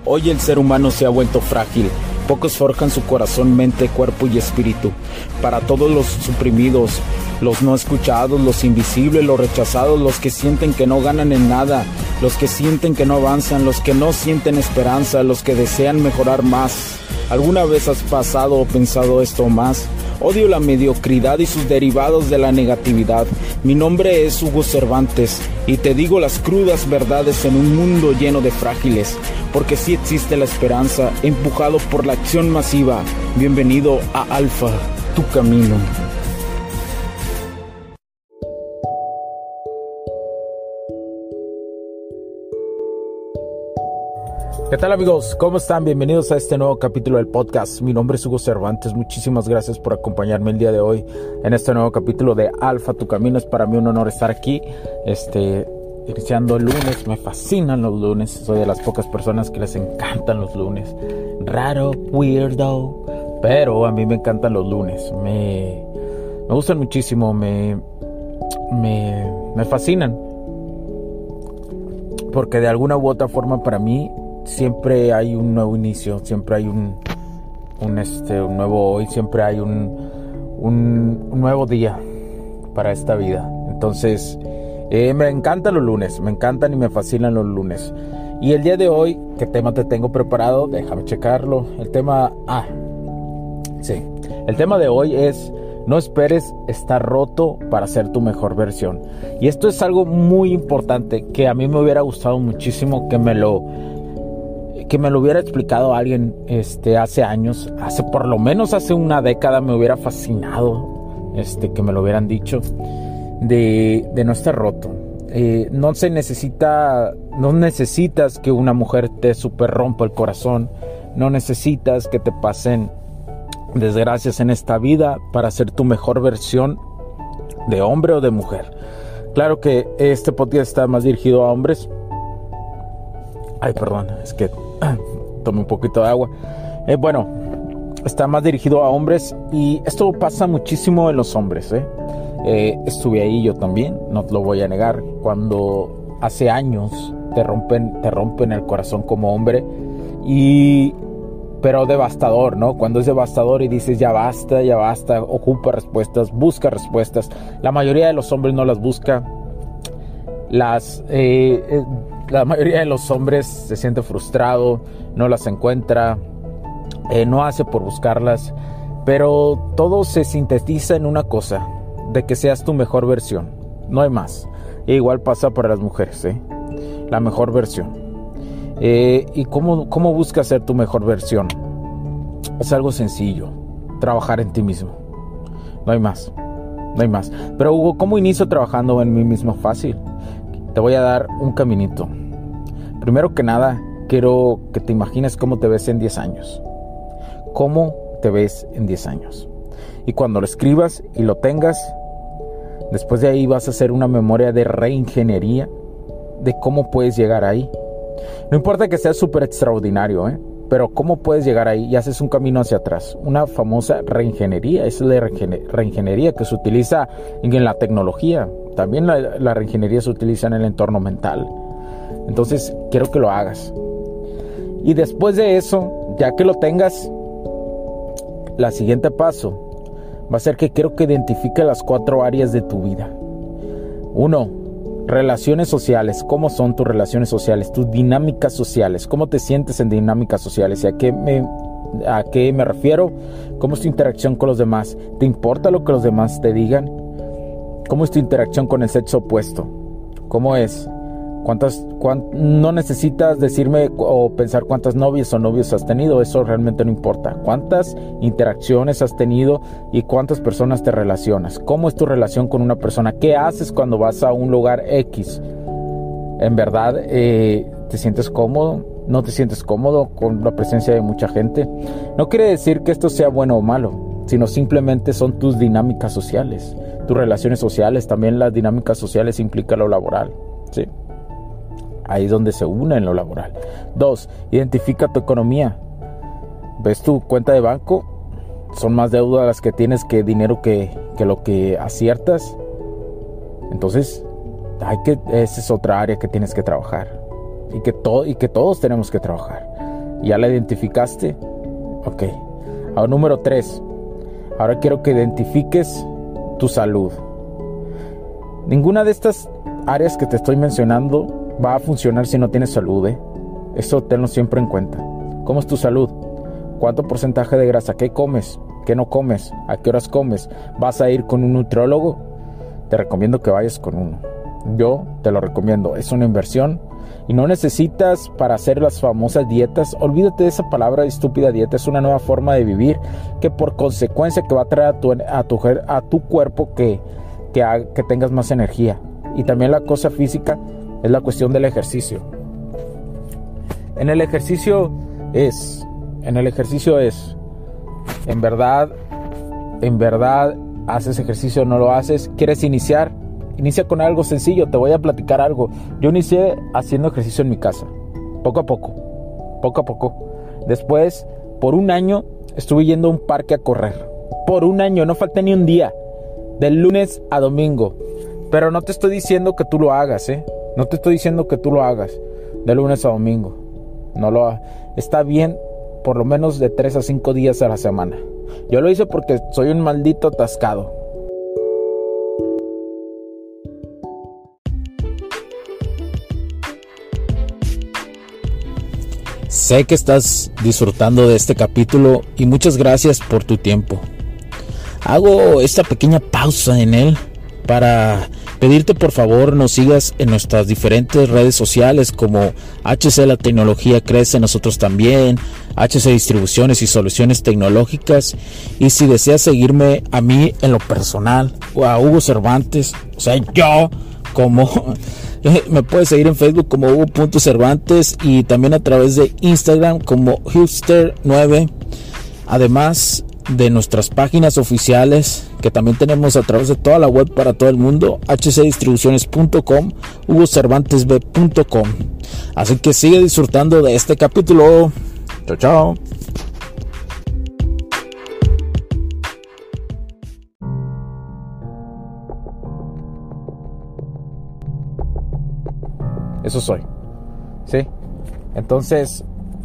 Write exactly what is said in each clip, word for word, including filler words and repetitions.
Hoy el ser humano se ha vuelto frágil. Pocos forjan su corazón, mente, cuerpo y espíritu. Para todos los suprimidos, los no escuchados, los invisibles, los rechazados, los que sienten que no ganan en nada, los que sienten que no avanzan, los que no sienten esperanza, los que desean mejorar más. ¿Alguna vez has pasado o pensado esto más? Odio la mediocridad y sus derivados de la negatividad. Mi nombre es Hugo Cervantes y te digo las crudas verdades en un mundo lleno de frágiles, porque sí existe la esperanza, empujado por la acción masiva. Bienvenido a Alfa, tu camino. ¿Qué tal, amigos? ¿Cómo están? Bienvenidos a este nuevo capítulo del podcast. Mi nombre es Hugo Cervantes. Muchísimas gracias por acompañarme el día de hoy en este nuevo capítulo de Alfa, tu camino. Es para mí un honor estar aquí, este, iniciando el lunes. Me fascinan los lunes. Soy de las pocas personas que les encantan los lunes. Raro, weirdo, pero a mí me encantan los lunes. Me, me gustan muchísimo, me, me, me fascinan. Porque de alguna u otra forma para mí siempre hay un nuevo inicio, siempre hay un, un, este, un nuevo hoy, siempre hay un, un, un nuevo día para esta vida. Entonces, eh, me encantan los lunes, me encantan y me fascinan los lunes. Y el día de hoy, ¿qué tema te tengo preparado? Déjame checarlo. El tema, ah, sí, el tema de hoy es: no esperes estar roto para ser tu mejor versión. Y esto es algo muy importante que a mí me hubiera gustado muchísimo que me lo... que me lo hubiera explicado alguien este, hace años, hace por lo menos hace una década. Me hubiera fascinado este, que me lo hubieran dicho, de, de no estar roto. Eh, no se necesita, no necesitas que una mujer te super rompa el corazón, no necesitas que te pasen desgracias en esta vida para ser tu mejor versión de hombre o de mujer. Claro que este podcast está más dirigido a hombres. Ay, perdón, es que tomé un poquito de agua. Eh, bueno, está más dirigido a hombres y esto pasa muchísimo en los hombres. ¿eh? Eh, estuve ahí yo también, no te lo voy a negar. Cuando hace años te rompen, te rompen el corazón como hombre, y pero devastador, ¿no? Cuando es devastador y dices ya basta, ya basta, ocupa respuestas, busca respuestas. La mayoría de los hombres no las busca. Las... Eh, eh, La mayoría de los hombres se siente frustrado, no las encuentra, eh, no hace por buscarlas, pero todo se sintetiza en una cosa: de que seas tu mejor versión, no hay más. E igual pasa para las mujeres, ¿eh? La mejor versión. Eh, ¿Y cómo, cómo buscas ser tu mejor versión? Es algo sencillo: trabajar en ti mismo, no hay más, no hay más. Pero Hugo, ¿cómo inicio trabajando en mí mismo? Fácil. Te voy a dar un caminito. Primero que nada, quiero que te imagines cómo te ves en diez años. ¿Cómo te ves en diez años? Y cuando lo escribas y lo tengas, después de ahí vas a hacer una memoria de reingeniería de cómo puedes llegar ahí. No importa que sea súper extraordinario, ¿eh? Pero cómo puedes llegar ahí, y haces un camino hacia atrás. Una famosa reingeniería. Esa es la reingeniería que se utiliza en la tecnología. También la, la reingeniería se utiliza en el entorno mental. Entonces quiero que lo hagas. Y después de eso, ya que lo tengas, la siguiente paso va a ser que quiero que identifique las cuatro áreas de tu vida. Uno, relaciones sociales. ¿Cómo son tus relaciones sociales? Tus dinámicas sociales. ¿Cómo te sientes en dinámicas sociales? ¿Y a qué me, a qué me refiero? ¿Cómo es tu interacción con los demás? ¿Te importa lo que los demás te digan? ¿Cómo es tu interacción con el sexo opuesto? ¿Cómo es? ¿Cuántas, cuán, no necesitas decirme o pensar cuántas novias o novios has tenido? Eso realmente no importa. ¿Cuántas interacciones has tenido y cuántas personas te relacionas? ¿Cómo es tu relación con una persona? ¿Qué haces cuando vas a un lugar X? ¿En verdad eh, te sientes cómodo? ¿No te sientes cómodo con la presencia de mucha gente? No quiere decir que esto sea bueno o malo, sino simplemente son tus dinámicas sociales, tus relaciones sociales. También las dinámicas sociales implican lo laboral, ¿sí? Ahí es donde se une en lo laboral. Dos, identifica tu economía. ¿Ves tu cuenta de banco? Son más deudas las que tienes que dinero que, que lo que aciertas. Entonces, hay que, esa es otra área que tienes que trabajar. Y que, to, y que todos tenemos que trabajar. ¿Ya la identificaste? Ok. Ahora, número tres. Ahora quiero que identifiques tu salud. Ninguna de estas áreas que te estoy mencionando va a funcionar si no tienes salud, ¿eh? Eso tenlo siempre en cuenta. ¿Cómo es tu salud? ¿Cuánto porcentaje de grasa? ¿Qué comes? ¿Qué no comes? ¿A qué horas comes? ¿Vas a ir con un nutriólogo? Te recomiendo que vayas con uno. Yo te lo recomiendo. Es una inversión y no necesitas para hacer las famosas dietas. Olvídate de esa palabra estúpida dieta. Es una nueva forma de vivir que por consecuencia que va a traer a tu, a tu, a tu cuerpo que, que, haga, que tengas más energía. Y también la cosa física es la cuestión del ejercicio. En el ejercicio es, en el ejercicio es, en verdad, en verdad, haces ejercicio o no lo haces. ¿Quieres iniciar? Inicia con algo sencillo. Te voy a platicar algo. Yo inicié haciendo ejercicio en mi casa, poco a poco, poco a poco. Después, por un año, estuve yendo a un parque a correr. Por un año, no falté ni un día, del lunes a domingo. Pero no te estoy diciendo que tú lo hagas, ¿eh? No te estoy diciendo que tú lo hagas de lunes a domingo. No lo ha... Está bien, por lo menos de tres a cinco días a la semana. Yo lo hice porque soy un maldito atascado. Sé que estás disfrutando de este capítulo y muchas gracias por tu tiempo. Hago esta pequeña pausa en él para pedirte por favor nos sigas en nuestras diferentes redes sociales como H C La Tecnología Crece, nosotros también, H C Distribuciones y Soluciones Tecnológicas. Y si deseas seguirme a mí en lo personal o a Hugo Cervantes, o sea yo como... me puedes seguir en Facebook como Hugo punto Cervantes y también a través de Instagram como Hipster nueve. Además de nuestras páginas oficiales que también tenemos a través de toda la web para todo el mundo, h c distribuciones punto com, hugo cervantes b punto com. Así que sigue disfrutando de este capítulo. Chao, chao. Eso soy, ¿sí? Entonces,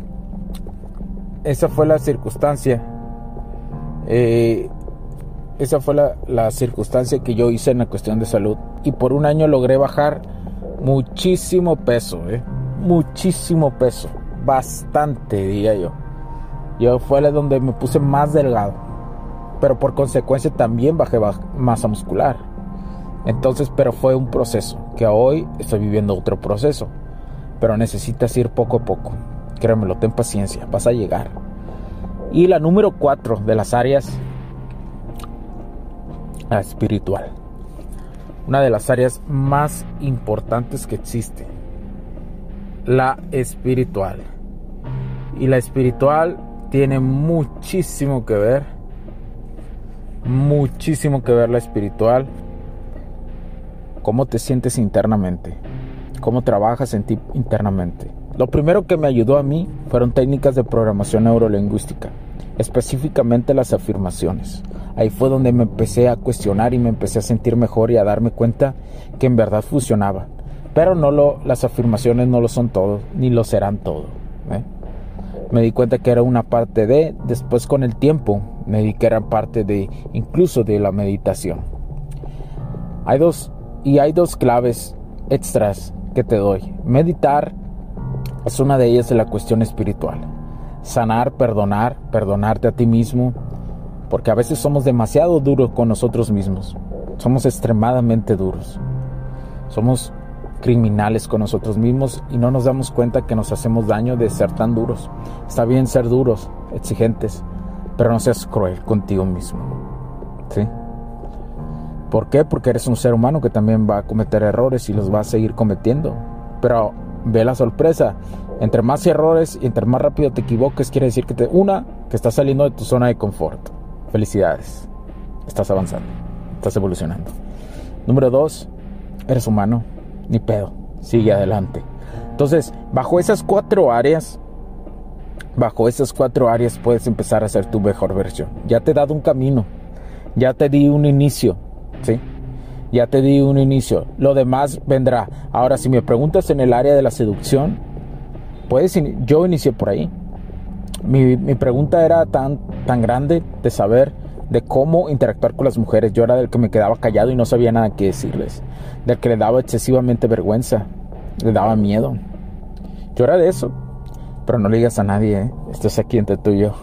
esa fue la circunstancia. Eh, esa fue la, la circunstancia que yo hice en la cuestión de salud. Y por un año logré bajar muchísimo peso, ¿eh? Muchísimo peso. Bastante, diría yo. Yo fue donde me puse más delgado. Pero por consecuencia también bajé masa muscular. Entonces, pero fue un proceso, que hoy estoy viviendo otro proceso. Pero necesitas ir poco a poco. Créemelo, ten paciencia, vas a llegar. Y la número cuatro de las áreas, la espiritual. Una de las áreas más importantes que existe. La espiritual. Y la espiritual tiene muchísimo que ver. Muchísimo que ver la espiritual. Cómo te sientes internamente, cómo trabajas en ti internamente. Lo primero que me ayudó a mí fueron técnicas de programación neurolingüística, específicamente las afirmaciones. Ahí fue donde me empecé a cuestionar y me empecé a sentir mejor y a darme cuenta que en verdad funcionaba. Pero no lo, las afirmaciones no lo son todo, ni lo serán todo, ¿eh? Me di cuenta que era una parte de, después con el tiempo me di que era parte de, incluso de la meditación. Hay dos Y hay dos claves extras que te doy. Meditar es una de ellas de la cuestión espiritual. Sanar, perdonar, perdonarte a ti mismo. Porque a veces somos demasiado duros con nosotros mismos. Somos extremadamente duros. Somos criminales con nosotros mismos y no nos damos cuenta que nos hacemos daño de ser tan duros. Está bien ser duros, exigentes, pero no seas cruel contigo mismo. ¿Sí? ¿Por qué? Porque eres un ser humano que también va a cometer errores y los va a seguir cometiendo. Pero ve la sorpresa. Entre más errores y entre más rápido te equivoques, quiere decir que te, una, que estás saliendo de tu zona de confort. Felicidades. Estás avanzando. Estás evolucionando. Número dos, eres humano. Ni pedo. Sigue adelante. Entonces, bajo esas cuatro áreas, bajo esas cuatro áreas puedes empezar a ser tu mejor versión. Ya te he dado un camino. Ya te di un inicio. ¿Sí? Ya te di un inicio. Lo demás vendrá. Ahora, si me preguntas en el área de la seducción, puedes in- yo inicié por ahí. mi, mi pregunta era tan, tan grande de saber de cómo interactuar con las mujeres. Yo era del que me quedaba callado y no sabía nada que decirles, del que le daba excesivamente vergüenza, le daba miedo. Yo era de eso, pero no le digas a nadie, ¿eh? Esto es aquí entre tú y yo.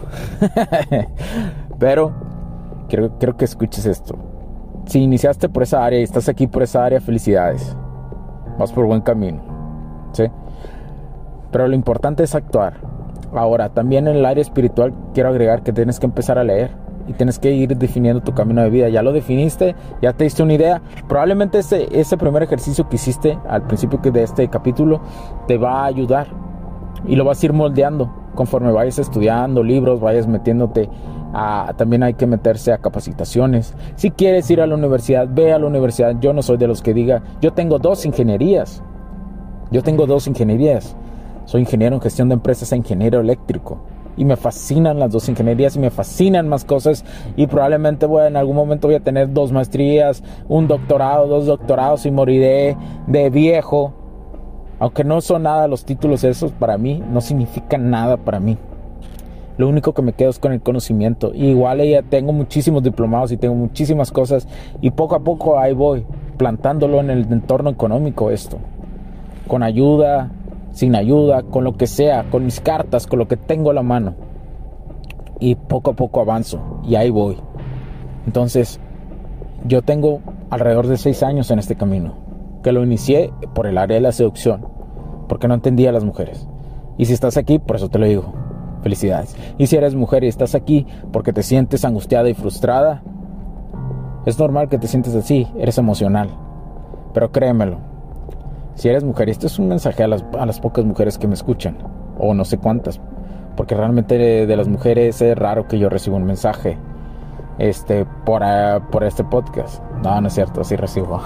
Pero quiero, quiero que escuches esto. Si iniciaste por esa área y estás aquí por esa área, felicidades, vas por buen camino, ¿sí? Pero lo importante es actuar. Ahora, también en el área espiritual quiero agregar que tienes que empezar a leer y tienes que ir definiendo tu camino de vida. Ya lo definiste, ya te diste una idea. Probablemente ese, ese primer ejercicio que hiciste al principio de este capítulo te va a ayudar y lo vas a ir moldeando conforme vayas estudiando libros, vayas metiéndote a, también hay que meterse a capacitaciones. Si quieres ir a la universidad, ve a la universidad. Yo no soy de los que diga, yo tengo dos ingenierías. Yo tengo dos ingenierías. Soy ingeniero en gestión de empresas e ingeniero eléctrico. Y me fascinan las dos ingenierías y me fascinan más cosas. Y probablemente voy, en algún momento voy a tener dos maestrías, un doctorado, dos doctorados y moriré de viejo. Aunque no son nada los títulos esos para mí, no significan nada para mí. Lo único que me quedo es con el conocimiento. Y igual ya tengo muchísimos diplomados y tengo muchísimas cosas. Y poco a poco ahí voy, plantándolo en el entorno económico esto. Con ayuda, sin ayuda, con lo que sea, con mis cartas, con lo que tengo a la mano. Y poco a poco avanzo. Y ahí voy. Entonces, yo tengo alrededor de seis años en este camino. Que lo inicié por el área de la seducción. Porque no entendía a las mujeres. Y si estás aquí, por eso te lo digo. Felicidades. Y si eres mujer y estás aquí porque te sientes angustiada y frustrada, es normal que te sientes así, eres emocional. Pero créemelo, si eres mujer, y esto es un mensaje a las, a las pocas mujeres que me escuchan, o no sé cuántas, porque realmente de, de las mujeres es raro que yo reciba un mensaje este, por, uh, por este podcast. No, no es cierto, sí recibo.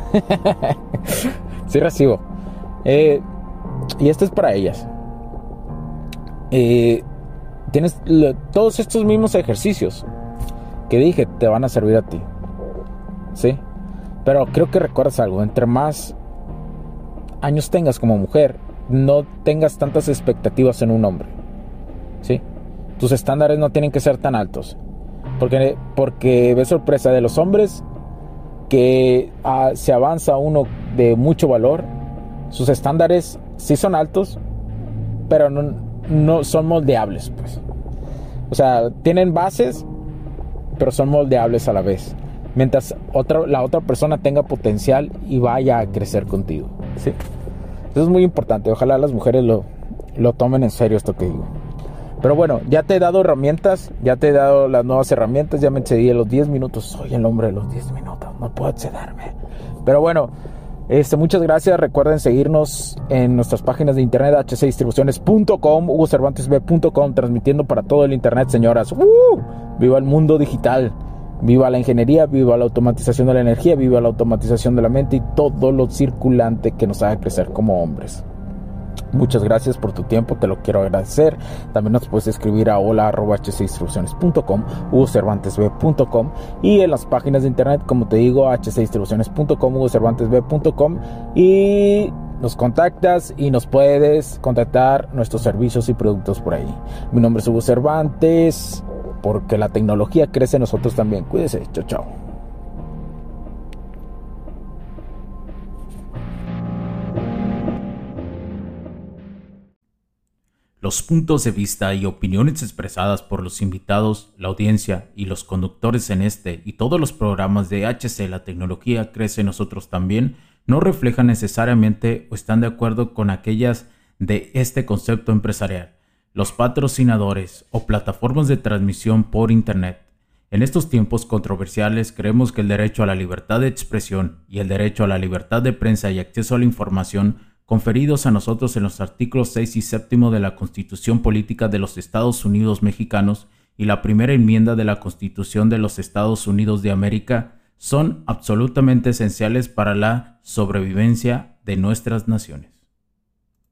Sí recibo. Eh, y esto es para ellas. Eh, tienes lo, todos estos mismos ejercicios que dije te van a servir a ti, ¿sí? Pero creo que recuerdas algo. Entre más años tengas como mujer, no tengas tantas expectativas en un hombre, ¿sí? Tus estándares no tienen que ser tan altos. Porque, porque ves sorpresa de los hombres que uh, se avanza uno de mucho valor. Sus estándares sí son altos, pero no no son moldeables, pues. O sea, tienen bases, pero son moldeables a la vez. Mientras otra, la otra persona tenga potencial y vaya a crecer contigo, ¿sí? Eso es muy importante. Ojalá las mujeres lo, lo tomen en serio esto que digo. Pero bueno, ya te he dado herramientas, ya te he dado las nuevas herramientas, ya me excedí a los diez minutos. Soy el hombre de los diez minutos, no puedo excederme. Pero bueno, Este, muchas gracias. Recuerden seguirnos en nuestras páginas de internet, h c distribuciones punto com, hugo cervantes b punto com, transmitiendo para todo el internet, señoras. ¡Uh! ¡Viva el mundo digital! ¡Viva la ingeniería! ¡Viva la automatización de la energía! ¡Viva la automatización de la mente y todo lo circulante que nos haga crecer como hombres! Muchas gracias por tu tiempo, te lo quiero agradecer. También nos puedes escribir a hola arroba h c distribuciones punto com, hugo cervantes b punto com, y en las páginas de internet, como te digo, h c distribuciones punto com, hugo cervantes b punto com, y nos contactas y nos puedes contactar nuestros servicios y productos por ahí. Mi nombre es Hugo Cervantes, porque la tecnología crece en nosotros también. Cuídese, chao, chao. Los puntos de vista y opiniones expresadas por los invitados, la audiencia y los conductores en este y todos los programas de H C La Tecnología Crece en Nosotros También no reflejan necesariamente o están de acuerdo con aquellas de este concepto empresarial, los patrocinadores o plataformas de transmisión por Internet. En estos tiempos controversiales creemos que el derecho a la libertad de expresión y el derecho a la libertad de prensa y acceso a la información conferidos a nosotros en los artículos seis y séptimo de la Constitución Política de los Estados Unidos Mexicanos y la primera enmienda de la Constitución de los Estados Unidos de América son absolutamente esenciales para la sobrevivencia de nuestras naciones.